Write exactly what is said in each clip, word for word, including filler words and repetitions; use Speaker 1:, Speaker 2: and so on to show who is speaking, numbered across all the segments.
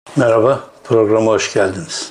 Speaker 1: Merhaba, programa hoş geldiniz.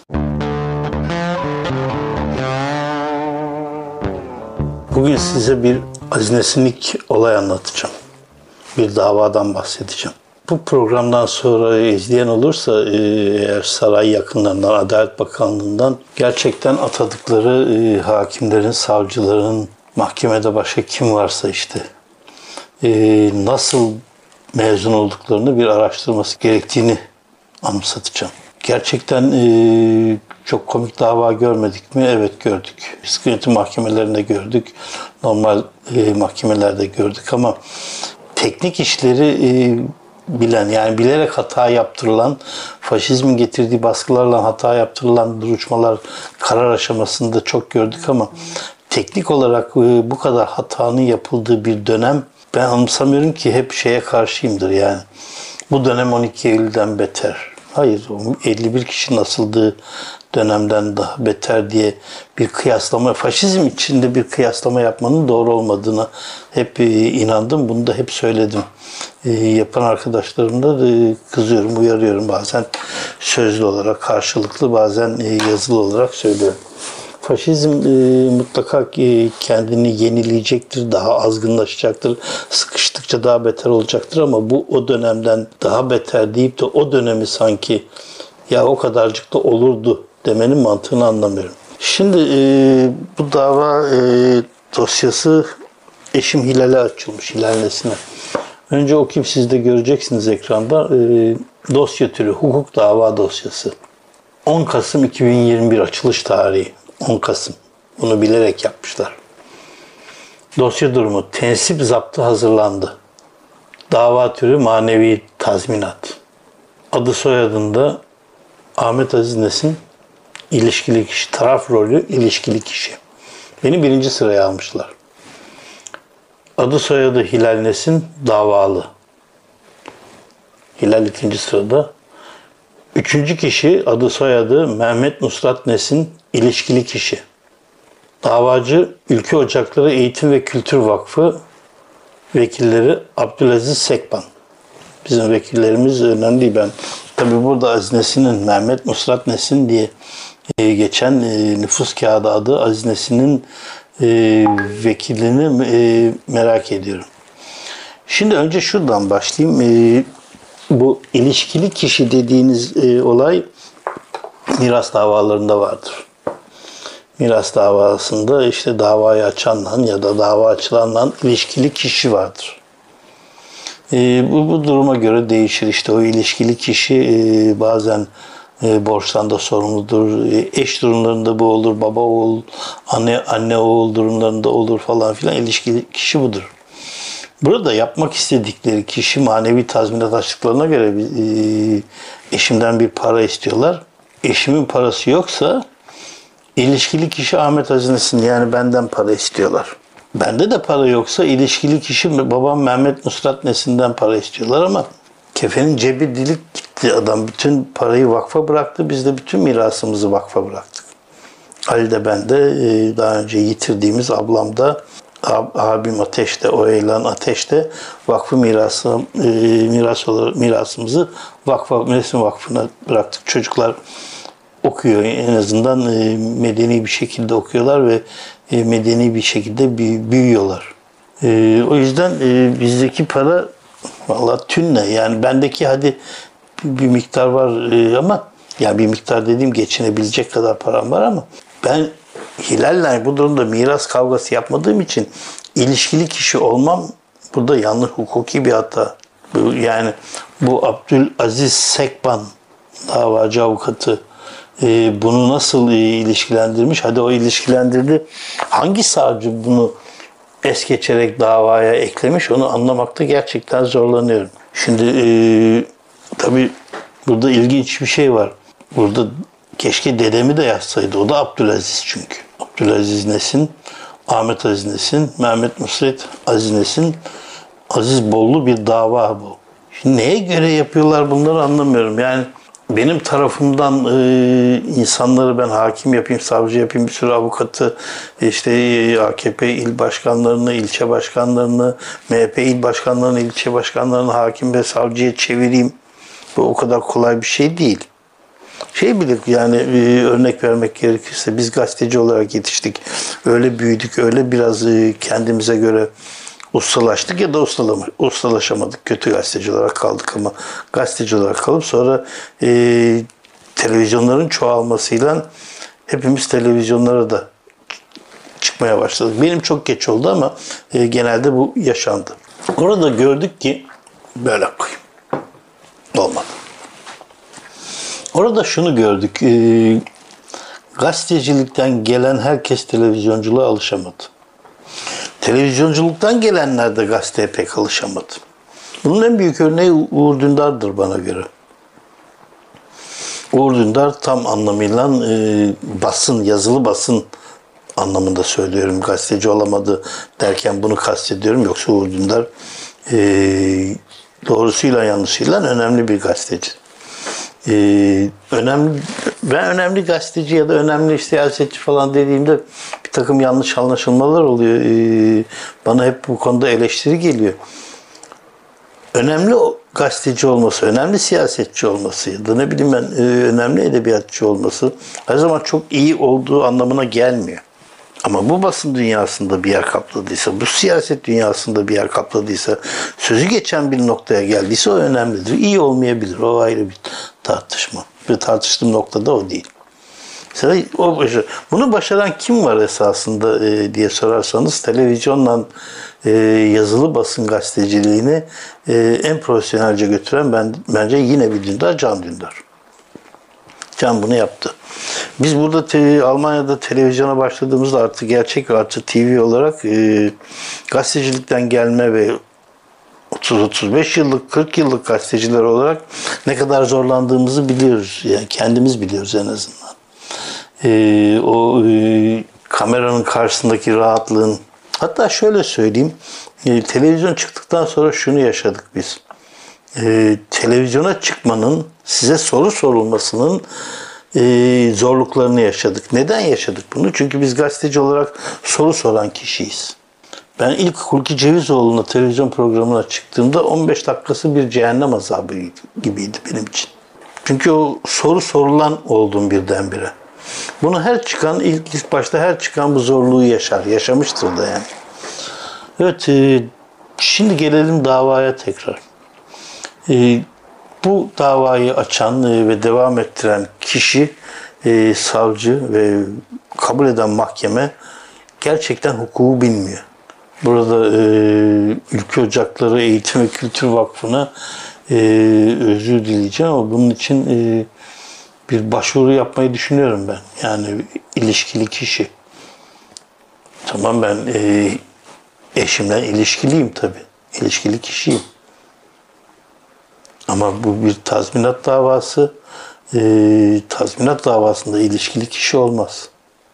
Speaker 1: Bugün size bir hazinesinlik olay anlatacağım. Bir davadan bahsedeceğim. Bu programdan sonra izleyen olursa eğer saray yakınlarından, Adalet Bakanlığı'ndan gerçekten atadıkları e, hakimlerin, savcıların, mahkemede başka kim varsa işte e, nasıl mezun olduklarını bir araştırması gerektiğini anımsatacağım. Gerçekten e, çok komik dava görmedik mi? Evet gördük. Sıkı yönetim mahkemelerinde gördük. Normal e, mahkemelerde gördük ama teknik işleri e, bilen, yani bilerek hata yaptırılan, faşizmin getirdiği baskılarla hata yaptırılan duruşmalar karar aşamasında çok gördük ama teknik olarak e, bu kadar hatanın yapıldığı bir dönem ben anımsamıyorum ki. Hep şeye karşıyımdır yani. Bu dönem on iki Eylül'den beter. Hayır, elli bir kişinin asıldığı dönemden daha beter diye bir kıyaslama, faşizm içinde bir kıyaslama yapmanın doğru olmadığına hep inandım. Bunu da hep söyledim. E, yapan arkadaşlarımda da kızıyorum, uyarıyorum. Bazen sözlü olarak karşılıklı, bazen yazılı olarak söylüyorum. Faşizm e, mutlaka e, kendini yenileyecektir, daha azgınlaşacaktır, sıkıştıkça daha beter olacaktır ama bu o dönemden daha beter deyip de o dönemi sanki ya o kadarcık da olurdu demenin mantığını anlamıyorum. Şimdi e, bu dava e, dosyası eşim Hilal'e açılmış, Hilal Nesin'e. Önce okuyup siz de göreceksiniz ekranda. E, dosya türü hukuk dava dosyası. on Kasım iki bin yirmi bir açılış tarihi. on Kasım. Bunu bilerek yapmışlar. Dosya durumu tensip zaptı hazırlandı. Dava türü manevi tazminat. Adı soyadında Ahmet Aziz Nesin, ilişkili kişi, taraf rolü ilişkili kişi. Beni birinci sıraya almışlar. Adı soyadı Hilal Nesin, davalı. Hilal ikinci sırada. Üçüncü kişi adı soyadı Mehmet Nusrat Nesin, ilişkili kişi. Davacı Ülke Ocakları Eğitim ve Kültür Vakfı vekilleri Abdülaziz Sekban. Bizim vekillerimiz önemli değil. Ben tabii burada Aziz Nesin'in, Mehmet Nusrat Nesin diye geçen nüfus kağıdı adı Aziz Nesin'in vekilini merak ediyorum. Şimdi önce şuradan başlayayım. Bu ilişkili kişi dediğiniz e, olay miras davalarında vardır. Miras davasında işte davayı açanla ya da dava açılanla ilişkili kişi vardır. E, bu, bu duruma göre değişir. İşte o ilişkili kişi e, bazen e, borçtan da sorumludur. E, eş durumlarında bu olur. Baba oğul, anne anne oğul durumlarında olur falan filan. İlişkili kişi budur. Burada yapmak istedikleri kişi manevi tazminat açtıklarına göre e, eşimden bir para istiyorlar. Eşimin parası yoksa ilişkili kişi Ahmet Aziz Nesin, yani benden para istiyorlar. Bende de para yoksa ilişkili kişi babam Mehmet Nusrat Nesin'den para istiyorlar ama kefenin cebi dilik gitti. Adam bütün parayı vakfa bıraktı. Biz de bütün mirasımızı vakfa bıraktık. Ali de ben de e, daha önce yitirdiğimiz ablam da abim Ateş de, Oylan Ateş de vakfı mirası, e, miras olarak mirasımızı vakfa, Nesin Vakfı'na bıraktık. Çocuklar okuyor, en azından e, medeni bir şekilde okuyorlar ve e, medeni bir şekilde büyüyorlar. E, o yüzden e, bizdeki para vallahi tünne, yani bendeki hadi bir, bir miktar var e, ama yani bir miktar dediğim geçinebilecek kadar param var ama ben Hilal'le bu durumda miras kavgası yapmadığım için ilişkili kişi olmam burada yanlış, hukuki bir hata. Yani bu Abdülaziz Sekban davacı avukatı e, bunu nasıl e, ilişkilendirmiş? Hadi o ilişkilendirdi. Hangi savcı bunu es geçerek davaya eklemiş? Onu anlamakta gerçekten zorlanıyorum. Şimdi e, tabii burada ilginç bir şey var. Burada keşke dedemi de yazsaydı. O da Abdülaziz çünkü. Abdülaziz Nesin, Ahmet Aziz Nesin, Mehmet Nusret Aziz Nesin, Aziz Bollu bir dava bu. Şimdi neye göre yapıyorlar bunları anlamıyorum. Yani benim tarafımdan e, insanları ben hakim yapayım, savcı yapayım, bir sürü avukatı, işte e, A K P il başkanlarını, ilçe başkanlarını, M H P il başkanlarını, ilçe başkanlarını hakim ve savcıya çevireyim. Bu o kadar kolay bir şey değil. Şey bile yani e, örnek vermek gerekirse biz gazeteci olarak yetiştik. Öyle büyüdük, öyle biraz e, kendimize göre ustalaştık ya da ustalama, ustalaşamadık. Kötü gazeteci olarak kaldık ama gazeteci olarak kalıp sonra e, televizyonların çoğalmasıyla hepimiz televizyonlara da çıkmaya başladık. Benim çok geç oldu ama e, genelde bu yaşandı. Orada gördük ki böyle koyayım. Olmadı. Orada şunu gördük. E, gazetecilikten gelen herkes televizyonculuğa alışamadı. Televizyonculuktan gelenler de gazeteye pek alışamadı. Bunun en büyük örneği Uğur Dündar'dır bana göre. Uğur Dündar tam anlamıyla e, basın, yazılı basın anlamında söylüyorum. Gazeteci olamadı derken bunu kastediyorum. Yoksa Uğur Dündar e, doğrusuyla yanlışıyla önemli bir gazeteci. Ee, önemli ben önemli gazeteci ya da önemli siyasetçi falan dediğimde bir takım yanlış anlaşılmalar oluyor. Ee, bana hep bu konuda eleştiri geliyor. Önemli gazeteci olması, önemli siyasetçi olması ya da ne bileyim ben önemli edebiyatçı olması her zaman çok iyi olduğu anlamına gelmiyor. Ama bu basın dünyasında bir yer kapladıysa, bu siyaset dünyasında bir yer kapladıysa, sözü geçen bir noktaya geldiyse o önemlidir. İyi olmayabilir, o ayrı bir tartışma. Bir tartıştığım noktada o değil. Mesela o, bunu başaran kim var esasında e, diye sorarsanız, televizyonla e, yazılı basın gazeteciliğini e, en profesyonelce götüren ben, bence yine bir Dündar, Can Dündar. Can bunu yaptı. Biz burada te, Almanya'da televizyona başladığımızda artık gerçek artı T V olarak e, gazetecilikten gelme ve otuz otuz beş yıllık, kırk yıllık gazeteciler olarak ne kadar zorlandığımızı biliyoruz. Yani kendimiz biliyoruz en azından. E, o e, kameranın karşısındaki rahatlığın, hatta şöyle söyleyeyim, e, televizyon çıktıktan sonra şunu yaşadık biz. E, televizyona çıkmanın, size soru sorulmasının e, zorluklarını yaşadık. Neden yaşadık bunu? Çünkü biz gazeteci olarak soru soran kişiyiz. Ben ilk Hulki Cevizoğlu'na televizyon programına çıktığımda on beş dakikası bir cehennem azabı gibiydi benim için. Çünkü o soru sorulan oldum birdenbire. Bunu her çıkan, ilk, ilk başta her çıkan bu zorluğu yaşar. Yaşamıştır da yani. Evet, e, şimdi gelelim davaya tekrar. E, bu davayı açan e, ve devam ettiren kişi, e, savcı ve kabul eden mahkeme gerçekten hukuku bilmiyor. Burada e, Ülke Ocakları Eğitim ve Kültür Vakfı'na e, özür dileyeceğim ama bunun için e, bir başvuru yapmayı düşünüyorum ben. Yani ilişkili kişi. Tamam, ben e, eşimle ilişkiliyim tabii. İlişkili kişiyim. Ama bu bir tazminat davası. E, tazminat davasında ilişkili kişi olmaz.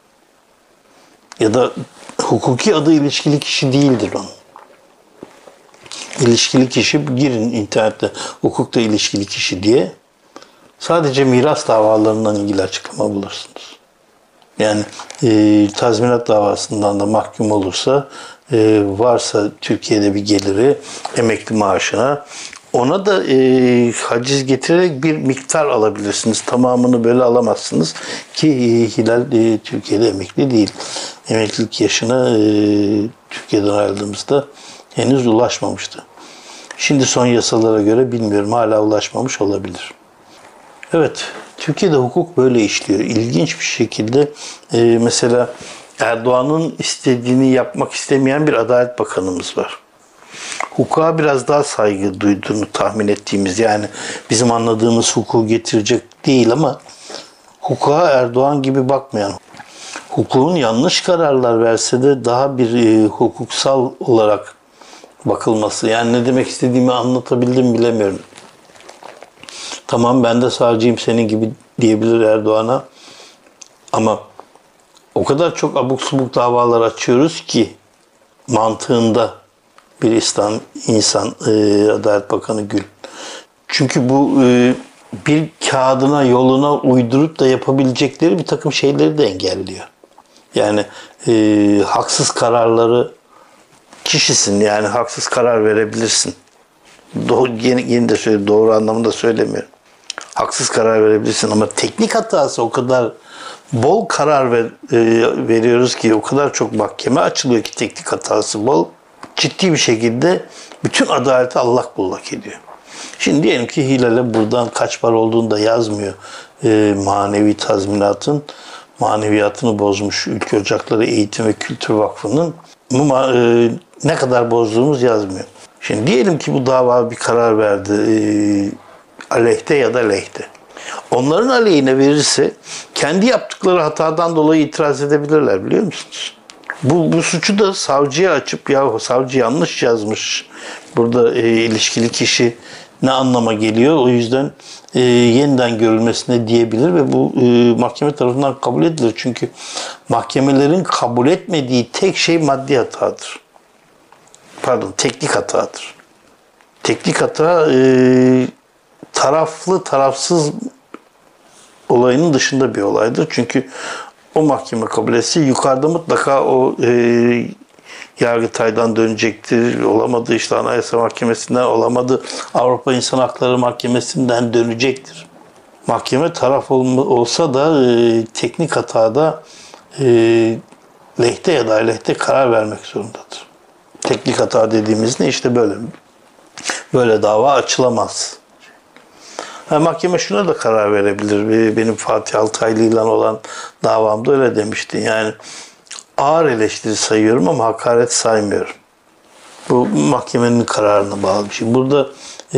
Speaker 1: Ya da hukuki adı ilişkili kişi değildir onun. İlişkili kişi, girin internette hukukta ilişkili kişi diye sadece miras davalarından ilgili açıklama bulursunuz. Yani e, tazminat davasından da mahkum olursa, e, varsa Türkiye'de bir geliri, emekli maaşına, ona da e, haciz getirerek bir miktar alabilirsiniz. Tamamını böyle alamazsınız ki e, Hilal e, Türkiye'de emekli değil. Emeklilik yaşına e, Türkiye'den ayrıldığımızda henüz ulaşmamıştı. Şimdi son yasalara göre bilmiyorum, hala ulaşmamış olabilir. Evet, Türkiye'de hukuk böyle işliyor. İlginç bir şekilde e, mesela Erdoğan'ın istediğini yapmak istemeyen bir Adalet Bakanımız var. Hukuka biraz daha saygı duyduğunu tahmin ettiğimiz, yani bizim anladığımız hukuku getirecek değil ama hukuka Erdoğan gibi bakmayan, hukukun yanlış kararlar verse de daha bir e, hukuksal olarak bakılması. Yani ne demek istediğimi anlatabildim bilemiyorum. Tamam, ben de savcıyım senin gibi diyebilir Erdoğan'a ama o kadar çok abuk subuk davalar açıyoruz ki mantığında bir İslam insan, e, Adalet Bakanı Gül. Çünkü bu e, bir kağıdına, yoluna uydurup da yapabilecekleri bir takım şeyleri de engelliyor. Yani e, haksız kararları, kişisin yani haksız karar verebilirsin. Doğru, yeni, yeni de söyleyeyim, doğru anlamında söylemiyorum. Haksız karar verebilirsin ama teknik hatası o kadar bol karar ver, e, veriyoruz ki, o kadar çok mahkeme açılıyor ki teknik hatası bol. Ciddi bir şekilde bütün adaleti allak bullak ediyor. Şimdi diyelim ki Hilal'e buradan kaç para olduğunu da yazmıyor. E, manevi tazminatın maneviyatını bozmuş Ülke Ocakları Eğitim ve Kültür Vakfı'nın ama e, ne kadar bozduğumuz yazmıyor. Şimdi diyelim ki bu dava bir karar verdi. E, aleyhte ya da lehte. Onların aleyhine verirse kendi yaptıkları hatadan dolayı itiraz edebilirler, biliyor musunuz? Bu, bu suçu da savcıya açıp ya savcı yanlış yazmış. Burada e, ilişkili kişi ne anlama geliyor? O yüzden e, yeniden görülmesine diyebilir ve bu e, mahkeme tarafından kabul edilir. Çünkü mahkemelerin kabul etmediği tek şey maddi hatadır. Pardon, teknik hatadır. Teknik hata e, taraflı tarafsız olayının dışında bir olaydır. Çünkü o mahkeme kabul etse yukarıda mutlaka o e, Yargıtay'dan dönecektir. Olamadı işte Anayasa Mahkemesi'nden, olamadı Avrupa İnsan Hakları Mahkemesi'nden dönecektir. Mahkeme taraf olsa da e, teknik hatada e, lehte ya da aleyhte karar vermek zorundadır. Teknik hata dediğimiz ne? İşte böyle. Böyle dava açılamaz. Ha, mahkeme şuna da karar verebilir. Benim Fatih Altaylı ile olan davamda öyle demişti. Yani ağır eleştiri sayıyorum ama hakaret saymıyorum. Bu mahkemenin kararına bağlı bir şey. Burada e,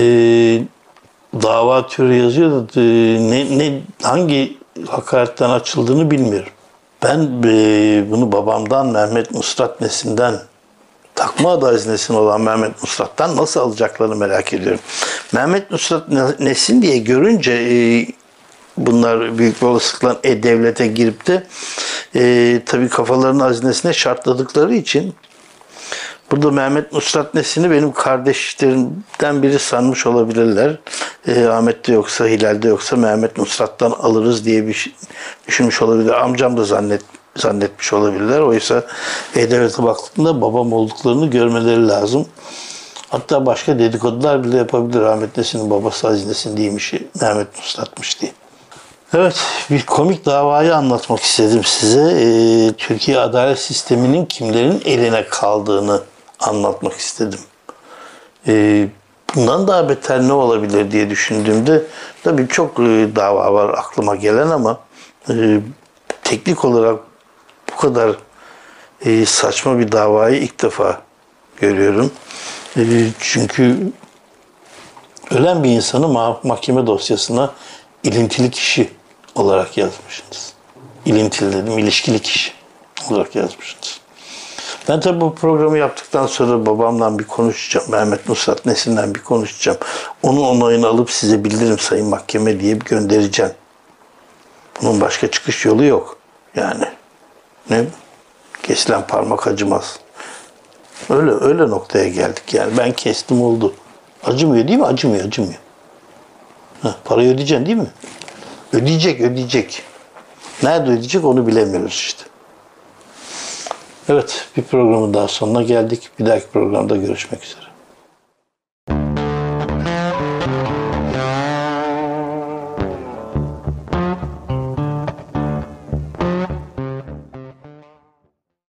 Speaker 1: dava türü yazıyor da e, ne, ne, hangi hakaretten açıldığını bilmiyorum. Ben e, bunu babamdan, Mehmet Nusrat Nesin'den, takma adı hazinesin olan Mehmet Nusrat'tan nasıl alacaklarını merak ediyorum. Mehmet Nusrat Nesin diye görünce e, bunlar büyük bir olasılıkla e-devlete girip de e, tabii kafalarının hazinesine şartladıkları için burada Mehmet Nusrat Nesin'i benim kardeşlerimden biri sanmış olabilirler. E, Ahmet'te yoksa, Hilal'de yoksa Mehmet Nusrat'tan alırız diye bir şey düşünmüş olabilir. Amcam da zannet, zannetmiş olabilirler. Oysa E-Devlet'e baktığında babam olduklarını görmeleri lazım. Hatta başka dedikodular bile yapabilir. Ahmet Nesin'in babası hazinesin değilmiş, Mehmet Nusrat'mış diye. Evet, bir komik davayı anlatmak istedim size. Ee, Türkiye adalet sisteminin kimlerin eline kaldığını anlatmak istedim. Ee, bundan daha beter ne olabilir diye düşündüğümde tabii çok e, dava var aklıma gelen ama e, teknik olarak bu kadar e, saçma bir davayı ilk defa görüyorum. E, çünkü ölen bir insanı ma- mahkeme dosyasına ilintili kişi olarak yazmışsınız. İlintili dedim, ilişkili kişi olarak yazmışsınız. Ben tabii bu programı yaptıktan sonra babamla bir konuşacağım. Mehmet Nusrat Nesin'den bir konuşacağım. Onun onayını alıp size bildiririm sayın mahkeme diye göndereceğim. Bunun başka çıkış yolu yok. Yani ne? Kesilen parmak acımaz. Öyle öyle noktaya geldik yani. Ben kestim oldu. Acımıyor değil mi? Acımıyor, acımıyor. Heh, parayı ödeyeceksin değil mi? Ödeyecek, ödeyecek. Nerede ödeyecek onu bilemiyoruz işte. Evet, bir programın daha sonuna geldik. Bir dahaki programda görüşmek üzere.